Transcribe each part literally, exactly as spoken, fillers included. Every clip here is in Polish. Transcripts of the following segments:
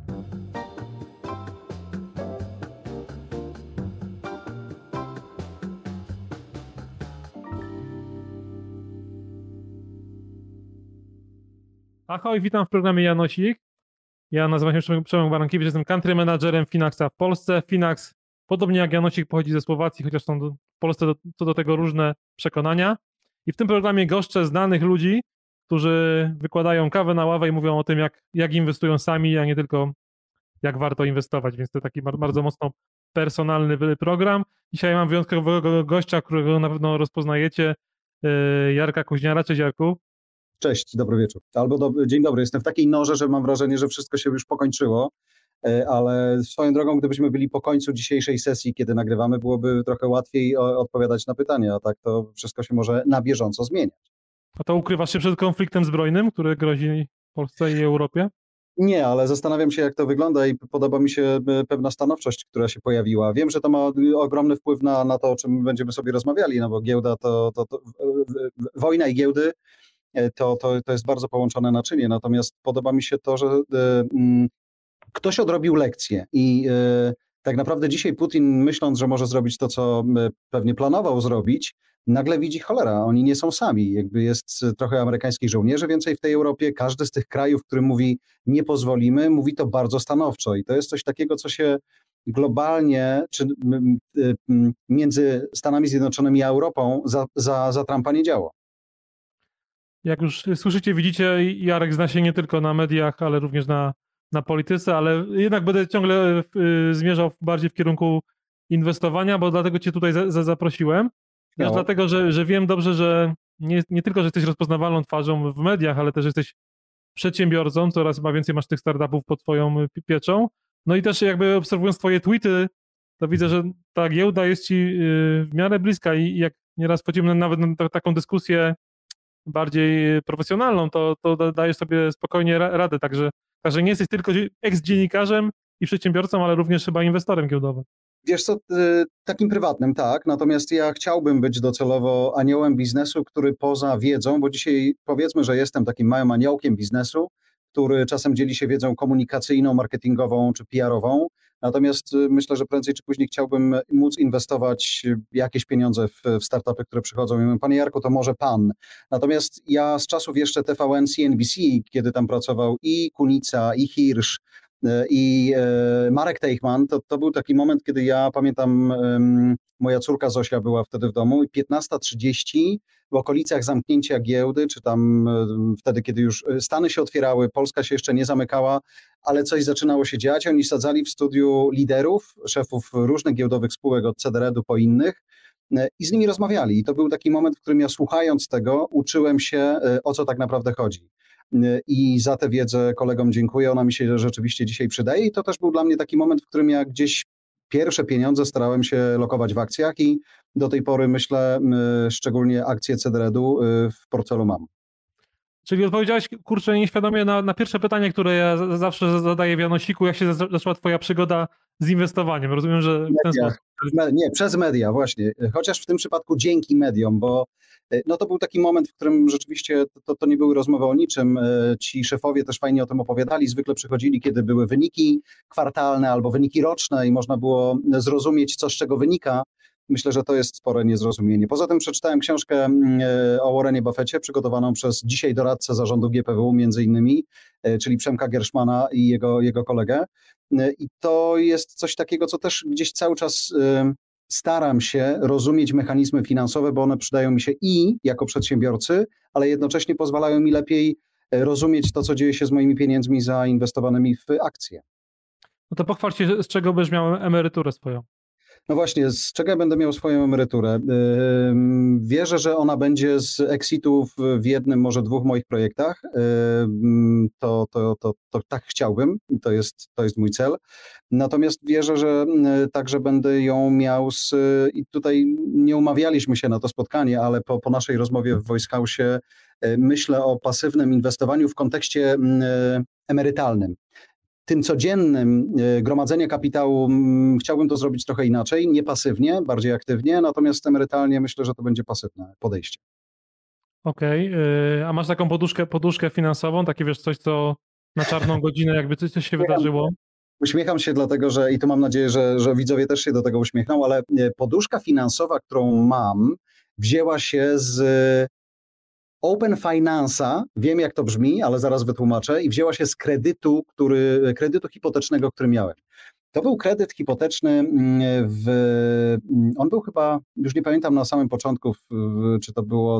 Ahoj, witam w programie Janosik. Ja nazywam się Przemek Barankiewicz, jestem country managerem Finaxa w Polsce. Finax, podobnie jak Janosik, pochodzi ze Słowacji, chociaż są do, w Polsce do, co do tego różne przekonania. I w tym programie goszczę znanych ludzi, którzy wykładają kawę na ławę i mówią o tym, jak, jak inwestują sami, a nie tylko jak warto inwestować, więc to taki bardzo mocno personalny program. Dzisiaj mam wyjątkowego gościa, którego na pewno rozpoznajecie, Jarka Kuźniara. Cześć, Jarku. Cześć, dobry wieczór. Albo do, dzień dobry. Jestem w takiej norze, że mam wrażenie, że wszystko się już pokończyło, ale swoją drogą, gdybyśmy byli po końcu dzisiejszej sesji, kiedy nagrywamy, byłoby trochę łatwiej odpowiadać na pytania, a tak to wszystko się może na bieżąco zmieniać. A to ukrywasz się przed konfliktem zbrojnym, który grozi Polsce i Europie? Nie, ale zastanawiam się, jak to wygląda i podoba mi się pewna stanowczość, która się pojawiła. Wiem, że to ma ogromny wpływ na, na to, o czym będziemy sobie rozmawiali, no bo giełda to, to, to wojna i giełdy To, to, to jest bardzo połączone naczynie, natomiast podoba mi się to, że y, y, ktoś odrobił lekcję i y, tak naprawdę dzisiaj Putin, myśląc, że może zrobić to, co pewnie planował zrobić, nagle widzi, cholera, oni nie są sami, jakby jest trochę amerykańskich żołnierzy więcej w tej Europie, każdy z tych krajów, który mówi nie pozwolimy, mówi to bardzo stanowczo i to jest coś takiego, co się globalnie, czy y, y, między Stanami Zjednoczonymi a Europą za, za, za Trumpa nie działo. Jak już słyszycie, widzicie, Jarek zna się nie tylko na mediach, ale również na, na polityce, ale jednak będę ciągle y, zmierzał bardziej w kierunku inwestowania, bo dlatego cię tutaj za, za zaprosiłem. Też dlatego, że, że wiem dobrze, że nie, nie tylko, że jesteś rozpoznawalną twarzą w mediach, ale też jesteś przedsiębiorcą, coraz chyba więcej masz tych startupów pod twoją pieczą. No i też jakby obserwując twoje tweety, to widzę, że ta giełda jest ci y, w miarę bliska i jak nieraz wchodzimy nawet na taką dyskusję bardziej profesjonalną, to, to dajesz sobie spokojnie radę, także, także nie jesteś tylko eks-dziennikarzem i przedsiębiorcą, ale również chyba inwestorem giełdowym. Wiesz co, takim prywatnym, tak, natomiast ja chciałbym być docelowo aniołem biznesu, który poza wiedzą, bo dzisiaj powiedzmy, że jestem takim małym aniołkiem biznesu, który czasem dzieli się wiedzą komunikacyjną, marketingową czy P R-ową, natomiast myślę, że prędzej czy później chciałbym móc inwestować jakieś pieniądze w, w startupy, które przychodzą i mówię, panie Jarku, to może pan. Natomiast ja z czasów jeszcze T V N, C N B C, kiedy tam pracował i Kunica, i Hirsch, i Marek Teichmann, to, to był taki moment, kiedy ja pamiętam, moja córka Zosia była wtedy w domu i piętnasta trzydzieści w okolicach zamknięcia giełdy, czy tam wtedy, kiedy już Stany się otwierały, Polska się jeszcze nie zamykała, ale coś zaczynało się dziać. Oni sadzali w studiu liderów, szefów różnych giełdowych spółek od C D R E D-u po innych i z nimi rozmawiali. I to był taki moment, w którym ja słuchając tego uczyłem się, o co tak naprawdę chodzi. I za tę wiedzę kolegom dziękuję, ona mi się rzeczywiście dzisiaj przydaje i to też był dla mnie taki moment, w którym ja gdzieś pierwsze pieniądze starałem się lokować w akcjach i do tej pory myślę, szczególnie akcje C D R E D-u w portfelu mam. Czyli odpowiedziałeś, kurczę, nieświadomie na, na pierwsze pytanie, które ja zawsze zadaję w Janosiku, jak się zaczęła twoja przygoda z inwestowaniem. Rozumiem, że w ten sposób. Nie, przez media właśnie, chociaż w tym przypadku dzięki mediom, bo no to był taki moment, w którym rzeczywiście to, to nie były rozmowy o niczym. Ci szefowie też fajnie o tym opowiadali, zwykle przychodzili, kiedy były wyniki kwartalne albo wyniki roczne i można było zrozumieć, co z czego wynika. Myślę, że to jest spore niezrozumienie. Poza tym przeczytałem książkę o Warrenie Buffetcie, przygotowaną przez dzisiaj doradcę zarządu G P W między innymi, czyli Przemka Gerszmana i jego, jego kolegę. I to jest coś takiego, co też gdzieś cały czas staram się rozumieć mechanizmy finansowe, bo one przydają mi się i jako przedsiębiorcy, ale jednocześnie pozwalają mi lepiej rozumieć to, co dzieje się z moimi pieniędzmi zainwestowanymi w akcje. No to pochwal się, z czego będziesz miał emeryturę swoją. No właśnie, z czego ja będę miał swoją emeryturę? Wierzę, że ona będzie z exitów w jednym, może dwóch moich projektach. To, to, to, to tak chciałbym, to jest, to jest mój cel. Natomiast wierzę, że także będę ją miał z, i tutaj nie umawialiśmy się na to spotkanie, ale po, po naszej rozmowie w Voice House'ie myślę o pasywnym inwestowaniu w kontekście emerytalnym. Tym codziennym gromadzenie kapitału chciałbym to zrobić trochę inaczej, nie pasywnie, bardziej aktywnie, natomiast emerytalnie myślę, że to będzie pasywne podejście. Okej, okay. A masz taką poduszkę, poduszkę finansową, takie wiesz, coś, co na czarną godzinę, jakby coś, coś się wydarzyło? Uśmiecham się dlatego, że i tu mam nadzieję, że, że widzowie też się do tego uśmiechną, ale poduszka finansowa, którą mam, wzięła się z Open Finance'a, wiem jak to brzmi, ale zaraz wytłumaczę, i wzięła się z kredytu, który, kredytu hipotecznego, który miałem. To był kredyt hipoteczny, w, on był chyba, już nie pamiętam na samym początku, w, czy to było,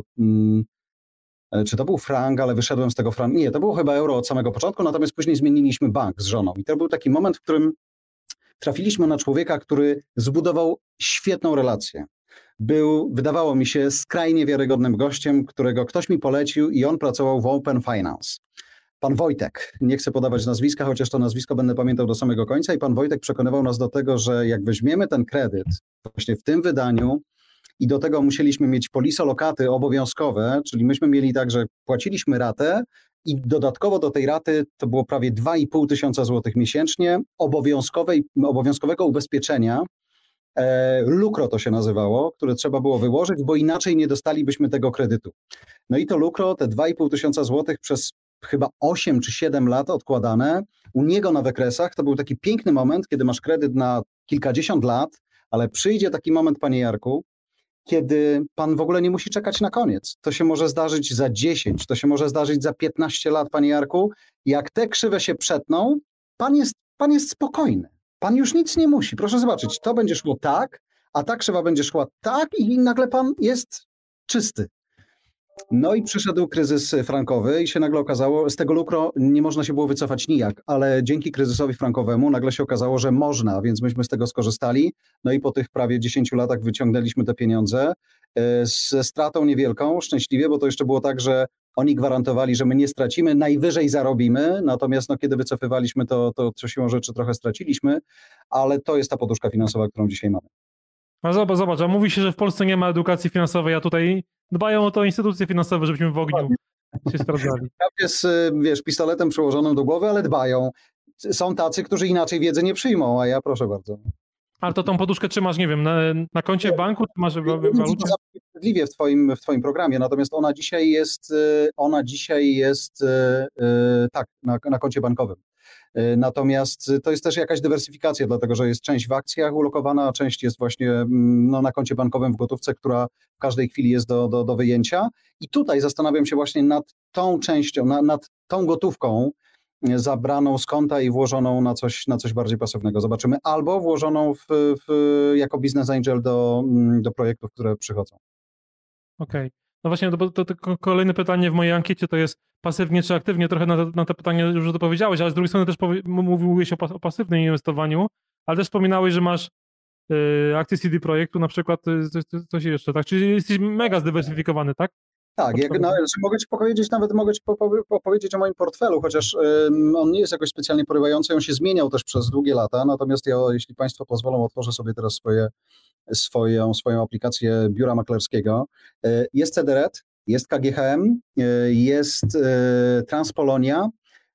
czy to był frank, ale wyszedłem z tego franka, nie, to było chyba euro od samego początku, natomiast później zmieniliśmy bank z żoną i to był taki moment, w którym trafiliśmy na człowieka, który zbudował świetną relację. Był, wydawało mi się, skrajnie wiarygodnym gościem, którego ktoś mi polecił i on pracował w Open Finance. Pan Wojtek, nie chcę podawać nazwiska, chociaż to nazwisko będę pamiętał do samego końca i pan Wojtek przekonywał nas do tego, że jak weźmiemy ten kredyt właśnie w tym wydaniu i do tego musieliśmy mieć polisolokaty obowiązkowe, czyli myśmy mieli tak, że płaciliśmy ratę i dodatkowo do tej raty to było prawie dwa i pół tysiąca złotych miesięcznie obowiązkowej, obowiązkowego ubezpieczenia, e, lukro to się nazywało, które trzeba było wyłożyć, bo inaczej nie dostalibyśmy tego kredytu. No i to lukro, te dwa i pół tysiąca złotych przez chyba osiem czy siedem lat odkładane, u niego na wykresach, to był taki piękny moment, kiedy masz kredyt na kilkadziesiąt lat, ale przyjdzie taki moment, panie Jarku, kiedy pan w ogóle nie musi czekać na koniec. To się może zdarzyć za dziesięć, to się może zdarzyć za piętnaście lat, panie Jarku. Jak te krzywe się przetną, pan jest, pan jest spokojny. Pan już nic nie musi. Proszę zobaczyć, to będzie szło tak, a ta krzywa będzie szła tak i nagle pan jest czysty. No i przyszedł kryzys frankowy i się nagle okazało, z tego lukro nie można się było wycofać nijak, ale dzięki kryzysowi frankowemu nagle się okazało, że można, więc myśmy z tego skorzystali. No i po tych prawie dziesięciu latach wyciągnęliśmy te pieniądze ze stratą niewielką, szczęśliwie, bo to jeszcze było tak, że oni gwarantowali, że my nie stracimy, najwyżej zarobimy, natomiast no, kiedy wycofywaliśmy, to, to, to siłą rzeczy trochę straciliśmy, ale to jest ta poduszka finansowa, którą dzisiaj mamy. No zobacz, zobacz, a mówi się, że w Polsce nie ma edukacji finansowej, a tutaj dbają o to instytucje finansowe, żebyśmy w ogniu się sprawdzali. Jest, wiesz, pistoletem przyłożonym do głowy, ale dbają. Są tacy, którzy inaczej wiedzy nie przyjmą, a ja proszę bardzo. Ale to tą poduszkę trzymasz, nie wiem, na, na koncie w banku, czy masz w walucie? Sprawiedliwie w twoim, w twoim programie, natomiast ona dzisiaj jest, ona dzisiaj jest tak, na, na koncie bankowym. Natomiast to jest też jakaś dywersyfikacja, dlatego że jest część w akcjach ulokowana, a część jest właśnie no, na koncie bankowym w gotówce, która w każdej chwili jest do, do, do wyjęcia. I tutaj zastanawiam się właśnie nad tą częścią, na, nad tą gotówką zabraną z konta i włożoną na coś, na coś bardziej pasywnego. Zobaczymy. Albo włożoną w, w, jako business angel do, do projektów, które przychodzą. Okej. Okay. No właśnie, to, to, to kolejne pytanie w mojej ankiecie to jest pasywnie czy aktywnie. Trochę na, na to pytanie już odpowiedziałeś, ale z drugiej strony też powie, mówiłeś o, pas, o pasywnym inwestowaniu, ale też wspominałeś, że masz y, akcje C D Projektu na przykład, y, coś, coś jeszcze, tak? Czyli jesteś mega zdywersyfikowany, tak? Tak, jak, no, mogę ci powiedzieć, nawet mogę ci opowiedzieć o moim portfelu, chociaż um, on nie jest jakoś specjalnie porywający, on się zmieniał też przez długie lata, natomiast ja, jeśli Państwo pozwolą, otworzę sobie teraz swoje, swoją, swoją aplikację biura maklerskiego. Jest C D R E D, jest K G H M, jest Transpolonia,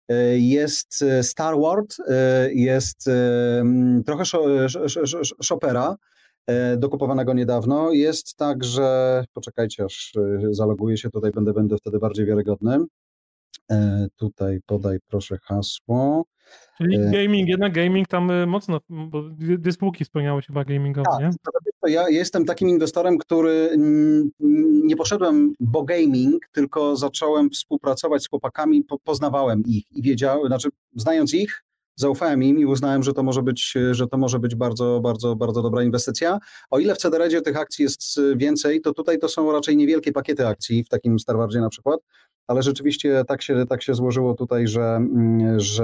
jest Starward, jest trochę Chopera, dokupowanego niedawno. Jest także, poczekajcie aż zaloguję się, tutaj będę, będę wtedy bardziej wiarygodny. E, tutaj podaj proszę hasło. Czyli gaming, jednak gaming tam mocno, bo dwie spółki spełniały się chyba gamingowe, tak, nie? To ja jestem takim inwestorem, który nie poszedłem bo gaming, tylko zacząłem współpracować z chłopakami, po, poznawałem ich i wiedziałem, znaczy znając ich, zaufałem im i uznałem, że to może być, że to może być bardzo, bardzo, bardzo dobra inwestycja. O ile w C D R E D zie tych akcji jest więcej, to tutaj to są raczej niewielkie pakiety akcji, w takim Starwardzie na przykład, ale rzeczywiście tak się, tak się złożyło tutaj, że, że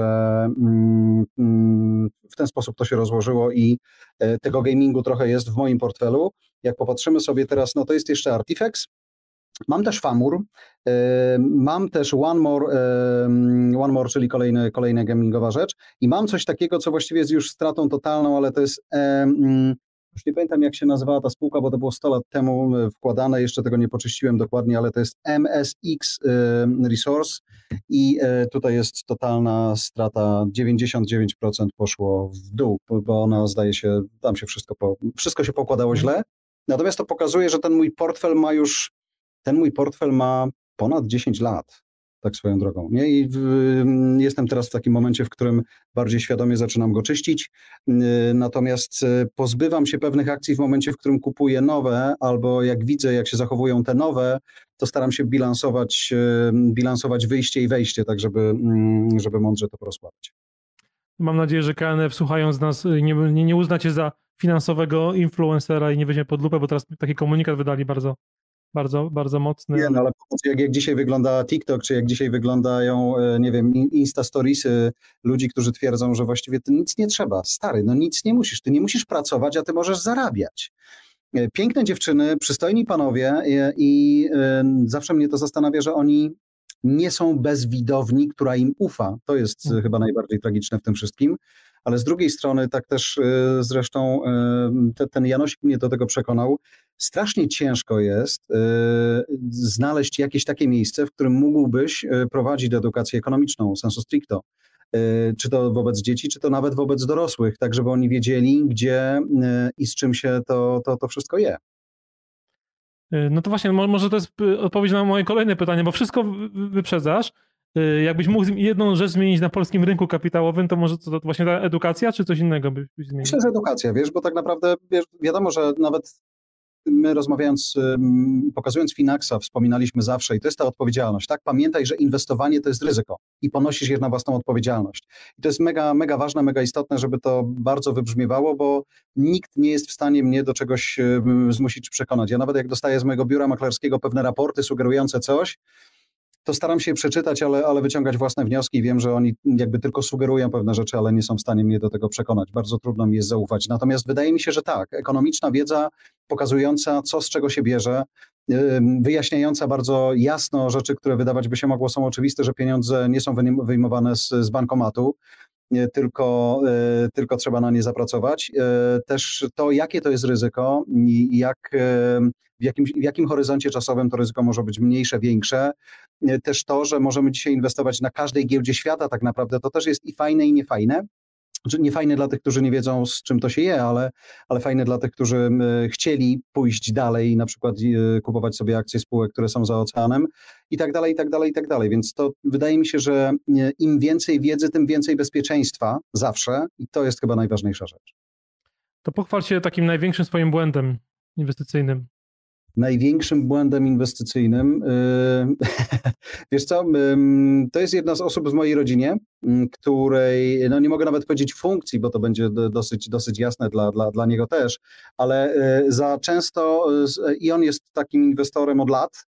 w ten sposób to się rozłożyło i tego gamingu trochę jest w moim portfelu. Jak popatrzymy sobie teraz, no to jest jeszcze Artifex, mam też Famur, mam też One More, One More, czyli kolejny, kolejna gamingowa rzecz i mam coś takiego, co właściwie jest już stratą totalną, ale to jest, już nie pamiętam jak się nazywała ta spółka, bo to było sto lat temu wkładane, jeszcze tego nie poczyściłem dokładnie, ale to jest M S X Resource i tutaj jest totalna strata, dziewięćdziesiąt dziewięć procent poszło w dół, bo ona zdaje się, tam się wszystko, po, wszystko się pokładało źle, natomiast to pokazuje, że ten mój portfel ma już Ten mój portfel ma ponad dziesięć lat. tak swoją drogą. Nie? I w, jestem teraz w takim momencie, w którym bardziej świadomie zaczynam go czyścić, natomiast pozbywam się pewnych akcji w momencie, w którym kupuję nowe, albo jak widzę, jak się zachowują te nowe, to staram się bilansować, bilansować wyjście i wejście, tak żeby, żeby mądrze to porozkładać. Mam nadzieję, że K N F słuchając nas nie, nie, nie uzna cię za finansowego influencera i nie weźmie pod lupę, bo teraz taki komunikat wydali bardzo, bardzo, bardzo mocny. Nie, no ale popatrz, jak, jak dzisiaj wygląda TikTok, czy jak dzisiaj wyglądają, nie wiem, Insta Storiesy ludzi, którzy twierdzą, że właściwie ty nic nie trzeba. Stary, no nic nie musisz. Ty nie musisz pracować, a ty możesz zarabiać. Piękne dziewczyny, przystojni panowie i, i y, zawsze mnie to zastanawia, że oni nie są bez widowni, która im ufa. To jest hmm. chyba najbardziej tragiczne w tym wszystkim. Ale z drugiej strony, tak też y, zresztą y, te, ten Janosik mnie do tego przekonał, strasznie ciężko jest y, znaleźć jakieś takie miejsce, w którym mógłbyś y, prowadzić edukację ekonomiczną, sensu stricto. Y, czy to wobec dzieci, czy to nawet wobec dorosłych, tak żeby oni wiedzieli, gdzie y, i z czym się to, to, to wszystko je. No to właśnie, może to jest odpowiedź na moje kolejne pytanie, bo wszystko wyprzedzasz. Jakbyś mógł jedną rzecz zmienić na polskim rynku kapitałowym, to może to właśnie ta edukacja, czy coś innego byś zmienił? Myślę, że edukacja, wiesz, bo tak naprawdę wiesz, wiadomo, że nawet my rozmawiając, pokazując Finaxa, wspominaliśmy zawsze i to jest ta odpowiedzialność, tak? Pamiętaj, że inwestowanie to jest ryzyko i ponosisz je na własną odpowiedzialność. I to jest mega, mega ważne, mega istotne, żeby to bardzo wybrzmiewało, bo nikt nie jest w stanie mnie do czegoś zmusić czy przekonać. Ja nawet jak dostaję z mojego biura maklerskiego pewne raporty sugerujące coś, to staram się przeczytać, ale, ale wyciągać własne wnioski. Wiem, że oni jakby tylko sugerują pewne rzeczy, ale nie są w stanie mnie do tego przekonać. Bardzo trudno mi jest zaufać. Natomiast wydaje mi się, że tak, ekonomiczna wiedza pokazująca, co z czego się bierze, wyjaśniająca bardzo jasno rzeczy, które wydawać by się mogło są oczywiste, że pieniądze nie są wyjmowane z, z bankomatu, tylko, tylko trzeba na nie zapracować. Też to, jakie to jest ryzyko i jak, w, jakim, w jakim horyzoncie czasowym to ryzyko może być mniejsze, większe. Też to, że możemy dzisiaj inwestować na każdej giełdzie świata tak naprawdę, to też jest i fajne, i niefajne. Nie fajne dla tych, którzy nie wiedzą, z czym to się je, ale, ale fajne dla tych, którzy chcieli pójść dalej i na przykład kupować sobie akcje spółek, które są za oceanem i tak dalej, i tak dalej, i tak dalej. Więc to wydaje mi się, że im więcej wiedzy, tym więcej bezpieczeństwa zawsze i to jest chyba najważniejsza rzecz. To pochwal się takim największym swoim błędem inwestycyjnym. Największym błędem inwestycyjnym, yy, wiesz co, yy, to jest jedna z osób w mojej rodzinie, yy, której, no nie mogę nawet powiedzieć funkcji, bo to będzie dosyć, dosyć jasne dla, dla, dla niego też, ale yy, za często, yy, i on jest takim inwestorem od lat,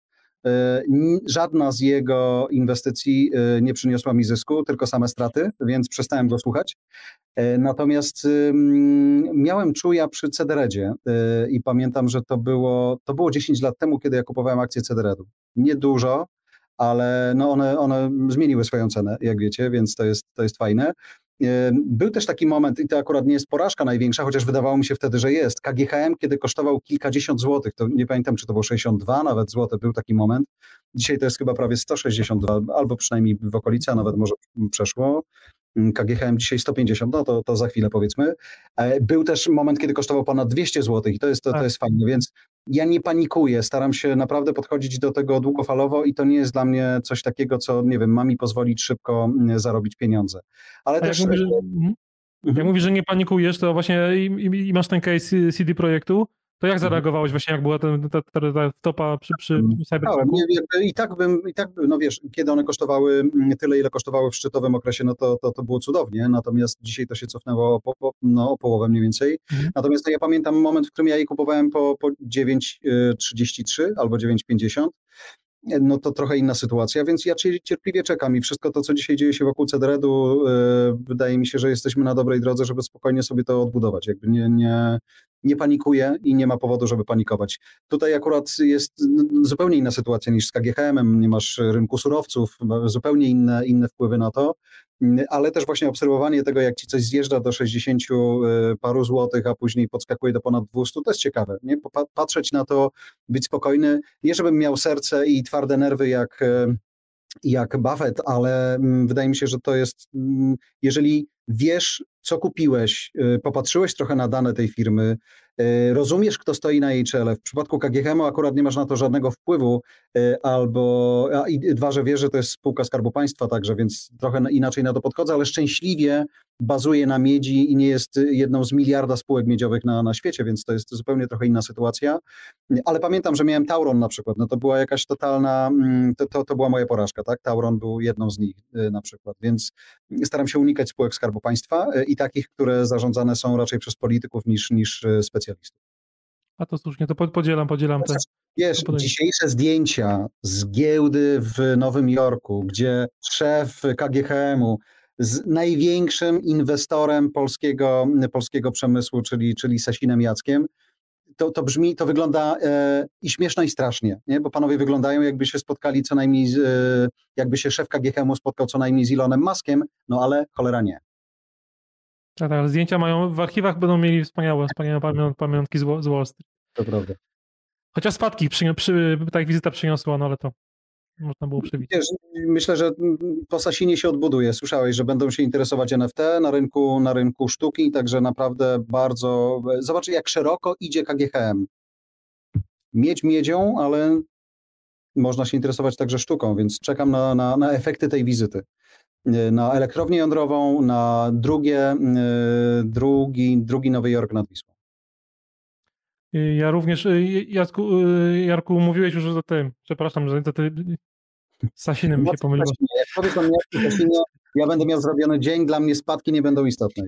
yy, żadna z jego inwestycji yy, nie przyniosła mi zysku, tylko same straty, więc przestałem go słuchać. Natomiast y, miałem czuja przy Cederedzie y, i pamiętam, że to było, to było dziesięć lat temu, kiedy ja kupowałem akcje Cederedu. Niedużo, ale no one, one zmieniły swoją cenę, jak wiecie, więc to jest, to jest fajne. Y, był też taki moment, i to akurat nie jest porażka największa, chociaż wydawało mi się wtedy, że jest. K G H M, kiedy kosztował kilkadziesiąt złotych, to nie pamiętam, czy to było sześćdziesiąt dwa nawet złote, był taki moment. Dzisiaj to jest chyba prawie sto sześćdziesiąt dwa, albo przynajmniej w okolicy, a nawet może przeszło. K G H M dzisiaj sto pięćdziesiąt, no to, to za chwilę powiedzmy. Był też moment, kiedy kosztował ponad dwieście złotych i to jest, to, to jest fajne, więc ja nie panikuję, staram się naprawdę podchodzić do tego długofalowo i to nie jest dla mnie coś takiego, co, nie wiem, ma mi pozwolić szybko zarobić pieniądze. Ale A też... Jak mówisz, mhm. jak mówisz, że nie panikujesz, to właśnie i, i, i masz ten case C D Projektu, to jak zareagowałeś właśnie, jak była ten, ta, ta, ta topa przy, przy Cyberpunku? I tak bym, i tak bym, no wiesz, kiedy one kosztowały tyle, ile kosztowały w szczytowym okresie, no to, to, to było cudownie, natomiast dzisiaj to się cofnęło o, po, no, o połowę mniej więcej. Mhm. Natomiast no, ja pamiętam moment, w którym ja je kupowałem po, po dziewięć trzydzieści trzy albo dziewięć pięćdziesiąt, no to trochę inna sytuacja, więc ja cierpliwie czekam i wszystko to, co dzisiaj dzieje się wokół Cederedu, yy, wydaje mi się, że jesteśmy na dobrej drodze, żeby spokojnie sobie to odbudować. Jakby nie, nie, nie panikuję i nie ma powodu, żeby panikować. Tutaj akurat jest zupełnie inna sytuacja niż z K G H M-em, nie masz rynku surowców, zupełnie inne, inne wpływy na to, ale też właśnie obserwowanie tego, jak ci coś zjeżdża do sześćdziesięciu paru złotych, a później podskakuje do ponad dwustu, to jest ciekawe, nie? Patrzeć na to, być spokojny, nie żebym miał serce i twarde nerwy jak, jak Buffett, ale wydaje mi się, że to jest, jeżeli wiesz, co kupiłeś, popatrzyłeś trochę na dane tej firmy, rozumiesz, kto stoi na jej czele. W przypadku K G H M-u akurat nie masz na to żadnego wpływu, albo a, i dwa, że wiesz, że to jest spółka Skarbu Państwa także, więc trochę inaczej na to podchodzę, ale szczęśliwie bazuje na miedzi i nie jest jedną z miliarda spółek miedziowych na, na świecie, więc to jest zupełnie trochę inna sytuacja. Ale pamiętam, że miałem Tauron na przykład, no to była jakaś totalna, to, to, to była moja porażka, tak? Tauron był jedną z nich na przykład, więc staram się unikać spółek Skarbu Państwa i takich, które zarządzane są raczej przez polityków niż, niż specjalistów. A to słusznie, to podzielam, podzielam te. Wiesz, dzisiejsze zdjęcia z giełdy w Nowym Jorku, gdzie szef K G H M-u z największym inwestorem polskiego, polskiego przemysłu, czyli, czyli Sasinem Jackiem, to, to brzmi, to wygląda e, i śmieszno i strasznie, nie? Bo panowie wyglądają, jakby się spotkali co najmniej, z, e, jakby się szef K G H M-u spotkał co najmniej z Elonem Muskiem, no ale cholera nie. Tak, tak, zdjęcia mają, w archiwach będą mieli wspaniałe, wspaniałe pamiątki z Wall Street. To prawda. Chociaż spadki przy, przy, ta wizyta przyniosła, no ale to można było przewidzieć. Wiesz, myślę, że po Sasinie się odbuduje. Słyszałeś, że będą się interesować N F T na rynku, na rynku sztuki, także naprawdę bardzo... Zobacz, jak szeroko idzie K G H M. Miedź miedzią, ale można się interesować także sztuką, więc czekam na, na, na efekty tej wizyty. Na elektrownię jądrową, na drugie, drugi, drugi Nowy Jork nad Wisłą. Ja również, Jacku, Jarku, mówiłeś już o tym, przepraszam, że to ty Sasinem mi się pomyliło. Jak powiesz o mnie, Sasinie, ja będę miał zrobiony dzień, dla mnie spadki nie będą istotne.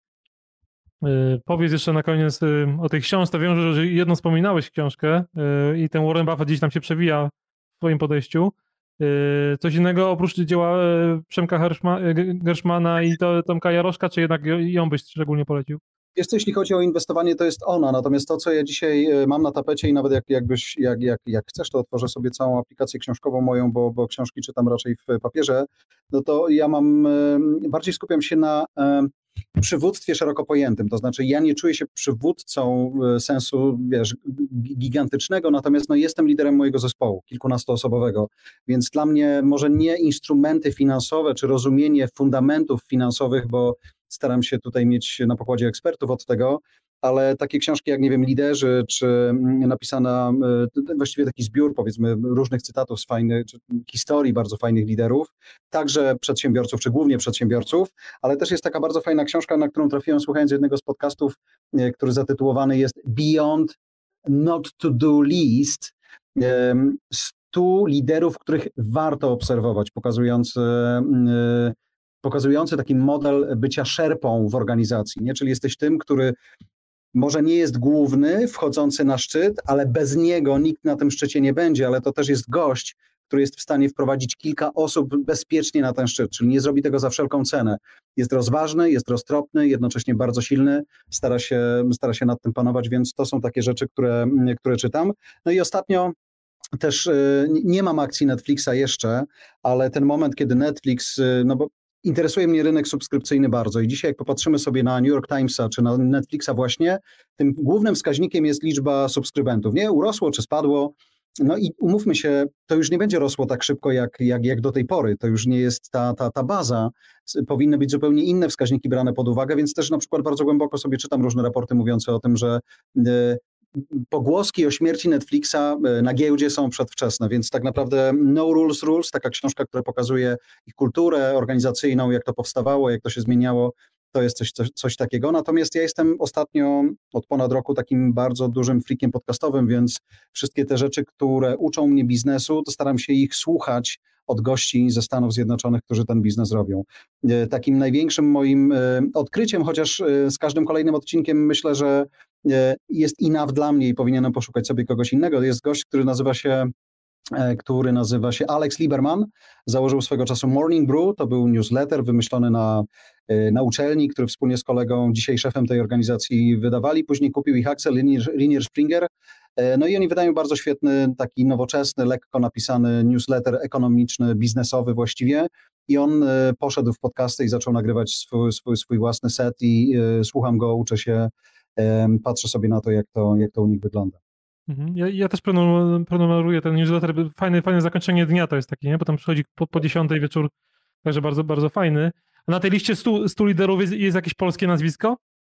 Powiedz jeszcze na koniec o tej książce. Wiem, że jedną wspominałeś książkę i ten Warren Buffett gdzieś tam się przewija w twoim podejściu. Coś innego oprócz dzieła Przemka Gershmana i to Tomka Jaroszka, czy jednak ją byś szczególnie polecił? Wiesz co, jeśli chodzi o inwestowanie, to jest ona, natomiast to, co ja dzisiaj mam na tapecie i nawet jak, jakbyś, jak, jak, jak chcesz, to otworzę sobie całą aplikację książkową moją, bo, bo książki czytam raczej w papierze, no to ja mam, bardziej skupiam się na przywództwie szeroko pojętym, to znaczy ja nie czuję się przywódcą sensu, wiesz, gigantycznego, natomiast no, jestem liderem mojego zespołu, kilkunastoosobowego, więc dla mnie może nie instrumenty finansowe, czy rozumienie fundamentów finansowych, bo staram się tutaj mieć na pokładzie ekspertów od tego, ale takie książki jak, nie wiem, Liderzy, czy napisana, właściwie taki zbiór, powiedzmy, różnych cytatów z fajnych, czy historii bardzo fajnych liderów, także przedsiębiorców, czy głównie przedsiębiorców, ale też jest taka bardzo fajna książka, na którą trafiłem słuchając jednego z podcastów, który zatytułowany jest Beyond Not to Do List, stu liderów, których warto obserwować, pokazując pokazujący taki model bycia szerpą w organizacji, nie? Czyli jesteś tym, który może nie jest główny, wchodzący na szczyt, ale bez niego nikt na tym szczycie nie będzie, ale to też jest gość, który jest w stanie wprowadzić kilka osób bezpiecznie na ten szczyt, czyli nie zrobi tego za wszelką cenę. Jest rozważny, jest roztropny, jednocześnie bardzo silny, stara się, stara się nad tym panować, więc to są takie rzeczy, które, które czytam. No i ostatnio też nie mam akcji Netflixa jeszcze, ale ten moment, kiedy Netflix, no bo interesuje mnie rynek subskrypcyjny bardzo i dzisiaj jak popatrzymy sobie na New York Timesa czy na Netflixa właśnie, tym głównym wskaźnikiem jest liczba subskrybentów. Nie urosło czy spadło, no i umówmy się, to już nie będzie rosło tak szybko jak, jak, jak do tej pory, to już nie jest ta, ta, ta baza, powinny być zupełnie inne wskaźniki brane pod uwagę, więc też na przykład bardzo głęboko sobie czytam różne raporty mówiące o tym, że pogłoski o śmierci Netflixa na giełdzie są przedwczesne, więc tak naprawdę No Rules Rules, taka książka, która pokazuje ich kulturę organizacyjną, jak to powstawało, jak to się zmieniało, to jest coś, coś, coś takiego. Natomiast ja jestem ostatnio od ponad roku takim bardzo dużym freakiem podcastowym, więc wszystkie te rzeczy, które uczą mnie biznesu, to staram się ich słuchać od gości ze Stanów Zjednoczonych, którzy ten biznes robią. Takim największym moim odkryciem, chociaż z każdym kolejnym odcinkiem myślę, że jest enough dla mnie i powinienem poszukać sobie kogoś innego. Jest gość, który nazywa się który nazywa się Alex Lieberman, założył swego czasu Morning Brew, to był newsletter wymyślony na, na uczelni, który wspólnie z kolegą, dzisiaj szefem tej organizacji, wydawali, później kupił ich Axel Linier Springer, no i oni wydają bardzo świetny, taki nowoczesny, lekko napisany newsletter ekonomiczny, biznesowy właściwie i on poszedł w podcasty i zaczął nagrywać swój, swój, swój własny set i słucham go, uczę się, patrzę sobie na to, jak to, jak to u nich wygląda. Ja, ja też prenumeruję ten newsletter. Fajne, fajne zakończenie dnia to jest taki, nie? Potem przychodzi po, po dziesiątej wieczór, także bardzo, bardzo fajny. Na tej liście stu, stu liderów jest, jest jakieś polskie nazwisko?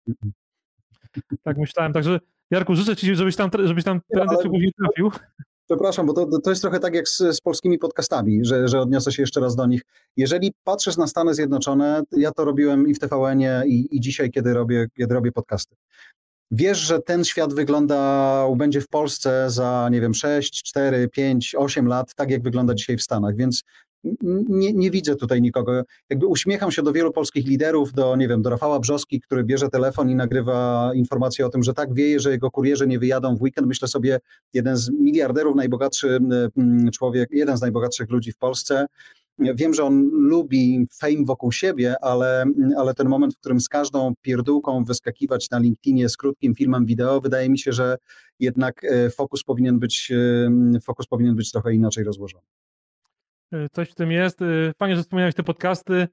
Tak myślałem, także Jarku, życzę ci, żebyś tam, żebyś tam prędzej czy później trafił. Przepraszam, bo to, to jest trochę tak jak z, z polskimi podcastami, że, że odniosę się jeszcze raz do nich. Jeżeli patrzysz na Stany Zjednoczone, ja to robiłem i w T V N-ie i, i dzisiaj, kiedy robię, kiedy robię podcasty. Wiesz, że ten świat wyglądał, będzie w Polsce za, nie wiem, sześć, cztery, pięć, osiem lat, tak jak wygląda dzisiaj w Stanach, więc nie, nie widzę tutaj nikogo. Jakby uśmiecham się do wielu polskich liderów, do, nie wiem, do Rafała Brzoski, który bierze telefon i nagrywa informację o tym, że tak wieje, że jego kurierzy nie wyjadą w weekend. Myślę sobie, jeden z miliarderów, najbogatszy człowiek, jeden z najbogatszych ludzi w Polsce. Wiem, że on lubi fame wokół siebie, ale, ale ten moment, w którym z każdą pierdółką wyskakiwać na LinkedInie z krótkim filmem wideo, wydaje mi się, że jednak fokus powinien być, fokus powinien być trochę inaczej rozłożony. Coś w tym jest. Fajnie, że wspomniałeś te podcasty.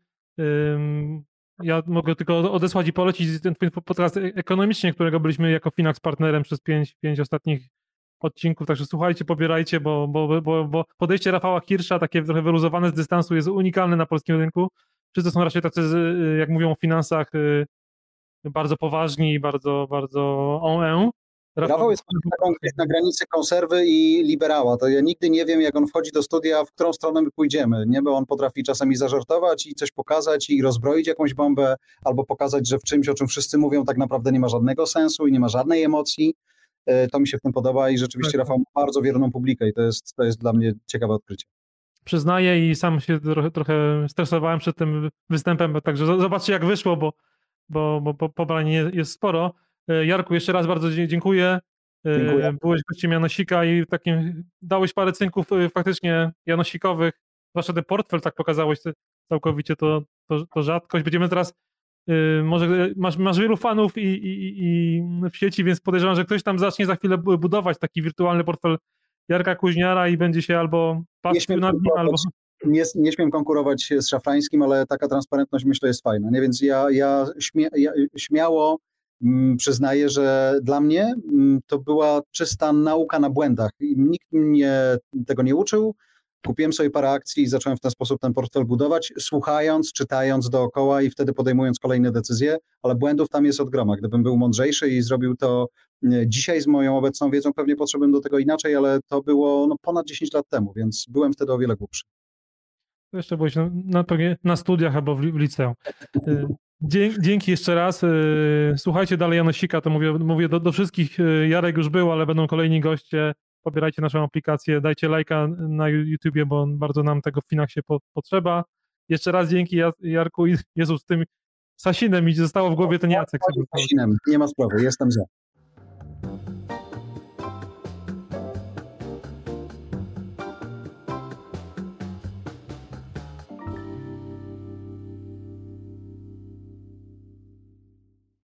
Ja mogę tylko odesłać i polecić ten podcast ekonomicznie, którego byliśmy jako Finax partnerem przez pięć, pięć ostatnich odcinków, także słuchajcie, pobierajcie, bo, bo, bo, bo podejście Rafała Hirsza, takie trochę wyluzowane z dystansu, jest unikalne na polskim rynku. Wszyscy są raczej tacy, jak mówią o finansach, bardzo poważni, bardzo, bardzo on Rafał, Rafał jest taką na granicy konserwy i liberała. To ja nigdy nie wiem, jak on wchodzi do studia, w którą stronę my pójdziemy. Nie, bo on potrafi czasami zażartować i coś pokazać i rozbroić jakąś bombę, albo pokazać, że w czymś, o czym wszyscy mówią, tak naprawdę nie ma żadnego sensu i nie ma żadnej emocji. To mi się w tym podoba i rzeczywiście Rafał ma bardzo wierną publikę i to jest, to jest dla mnie ciekawe odkrycie. Przyznaję i sam się trochę, trochę stresowałem przed tym występem, także zobaczcie, jak wyszło, bo, bo, bo pobrań jest sporo. Jarku, jeszcze raz bardzo dziękuję. Dziękuję. Byłeś gościem Janosika i takim dałeś parę cynków faktycznie janosikowych, zwłaszcza ten portfel tak pokazałeś całkowicie, to, to, to rzadkość. Będziemy teraz, może masz, masz wielu fanów i, i, i w sieci, więc podejrzewam, że ktoś tam zacznie za chwilę budować taki wirtualny portfel Jarka Kuźniara i będzie się albo pastwił nad nim, albo... Nie, nie śmiem konkurować z Szafrańskim, ale taka transparentność, myślę, jest fajna. Nie? Więc ja, ja, śmia, ja śmiało mm, przyznaję, że dla mnie mm, to była czysta nauka na błędach. I nikt mnie tego nie uczył. Kupiłem sobie parę akcji i zacząłem w ten sposób ten portfel budować, słuchając, czytając dookoła i wtedy podejmując kolejne decyzje, ale błędów tam jest od groma. Gdybym był mądrzejszy i zrobił to dzisiaj z moją obecną wiedzą, pewnie podszedłbym do tego inaczej, ale to było no, ponad dziesięć lat temu, więc byłem wtedy o wiele głupszy. To jeszcze byłeś na, na, na studiach albo w, w liceum. Dzięki jeszcze raz. Słuchajcie dalej Janosika, to mówię, mówię do, do wszystkich. Jarek już był, ale będą kolejni goście. Pobierajcie naszą aplikację, dajcie lajka na YouTubie, bo bardzo nam tego w Finaxie po, potrzeba. Jeszcze raz dzięki Jarku i Jezus, z tym Sasinem mi zostało w głowie ten Jacek. Sasinem, nie ma sprawy, jestem za.